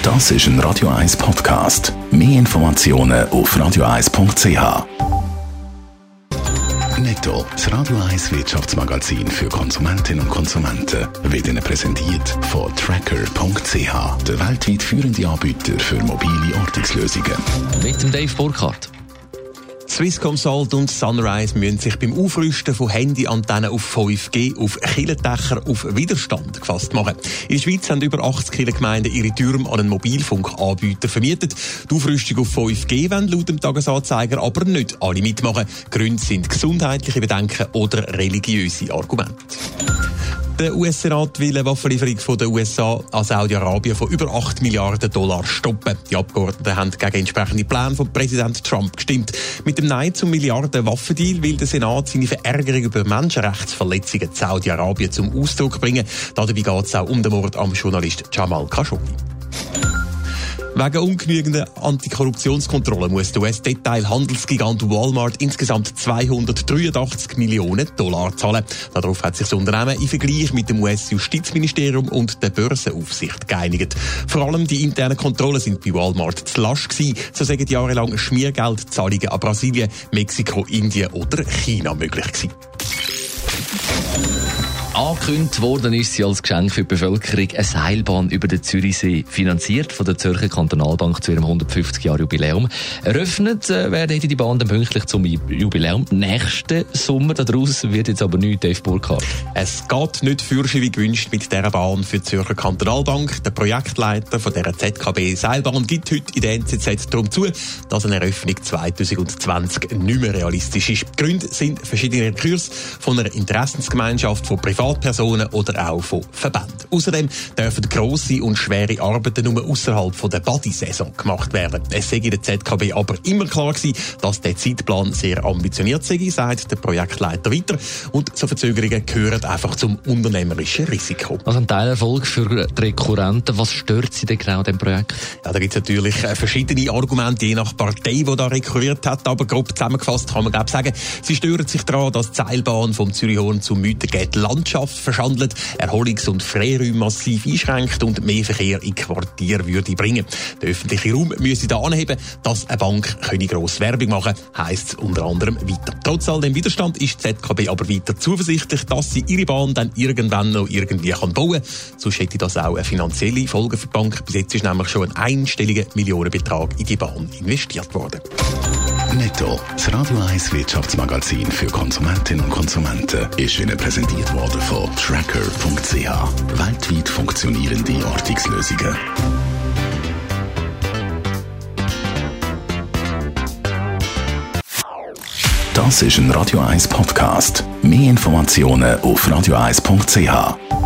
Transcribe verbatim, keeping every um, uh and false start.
Das ist ein Radio eins Podcast. Mehr Informationen auf radio eins punkt c h. Netto, das Radio eins Wirtschaftsmagazin für Konsumentinnen und Konsumenten, wird Ihnen präsentiert von Tracker punkt c h, der weltweit führende Anbieter für mobile Ortungslösungen. Mit dem Dave Burkhardt. Swisscom Salt und Sunrise müssen sich beim Aufrüsten von Handyantennen auf fünf G auf Kirchendächer auf Widerstand gefasst machen. In der Schweiz haben über achtzig Kirchengemeinden ihre Türme an einen Mobilfunkanbieter vermietet. Die Aufrüstung auf fünf G wollen laut dem Tagesanzeiger aber nicht alle mitmachen. Gründe sind gesundheitliche Bedenken oder religiöse Argumente. Der U S-Senat will eine Waffenlieferung von den U S A an Saudi-Arabien von über acht Milliarden Dollar stoppen. Die Abgeordneten haben gegen entsprechende Pläne von Präsident Trump gestimmt. Mit dem Nein zum Milliarden-Waffendeal will der Senat seine Verärgerung über Menschenrechtsverletzungen in Saudi-Arabien zum Ausdruck bringen. Dabei geht es auch um den Mord am Journalist Jamal Khashoggi. Wegen ungenügender Antikorruptionskontrolle muss der U S-Detail-Handelsgigant Walmart insgesamt zweihundertdreiundachtzig Millionen Dollar zahlen. Darauf hat sich das Unternehmen im Vergleich mit dem U S-Justizministerium und der Börsenaufsicht geeinigt. Vor allem die internen Kontrollen sind bei Walmart zu lasch gewesen. So sagen jahrelang Schmiergeldzahlungen an Brasilien, Mexiko, Indien oder China möglich gewesen. Angekündigt worden ist sie als Geschenk für die Bevölkerung eine Seilbahn über den Zürichsee, finanziert von der Zürcher Kantonalbank zu ihrem hundertfünfzig Jahre Jubiläum. Eröffnet äh, werden die Bahn dann pünktlich zum Jubiläum. Nächsten Sommer daraus wird jetzt aber nichts, Dave Burkhardt. Es geht nicht fürschen wie gewünscht mit dieser Bahn für die Zürcher Kantonalbank. Der Projektleiter von dieser Z K B-Seilbahn gibt heute in der N Z Z darum zu, dass eine Eröffnung zwanzig zwanzig nicht mehr realistisch ist. Die Gründe sind verschiedene Kurse von einer Interessensgemeinschaft, von Privat Personen oder auch von Verbänden. Außerdem dürfen grosse und schwere Arbeiten nur außerhalb der Body-Saison gemacht werden. Es sei in der Z K B aber immer klar gewesen, dass der Zeitplan sehr ambitioniert sei, sagt der Projektleiter weiter. Und so Verzögerungen gehören einfach zum unternehmerischen Risiko. Also ein Teilerfolg für die Rekurrenten. Was stört Sie denn genau an diesem Projekt? Ja, da gibt es natürlich verschiedene Argumente, je nach Partei, die da rekurriert hat. Aber grob zusammengefasst kann man glaube sagen, sie stören sich daran, dass die Seilbahn vom Zürichhorn zum Mythengate Landschaft verschandelt, Erholungs- und Freiräume massiv einschränkt und mehr Verkehr in Quartier würde bringen. Der öffentliche Raum müsse da anheben, dass eine Bank keine grosse Werbung machen kann, heisst es unter anderem weiter. Trotz all dem Widerstand ist die Z K B aber weiter zuversichtlich, dass sie ihre Bahn dann irgendwann noch irgendwie kann bauen kann. Sonst hätte das auch eine finanzielle Folge für die Bank. Bis jetzt ist nämlich schon ein einstelliger Millionenbetrag in die Bahn investiert worden. Netto, das Radio eins Wirtschaftsmagazin für Konsumentinnen und Konsumenten, ist Ihnen präsentiert worden von Tracker punkt c h. Weltweit funktionierende Ortungslösungen. Das ist ein Radio eins Podcast. Mehr Informationen auf radio eins punkt c h.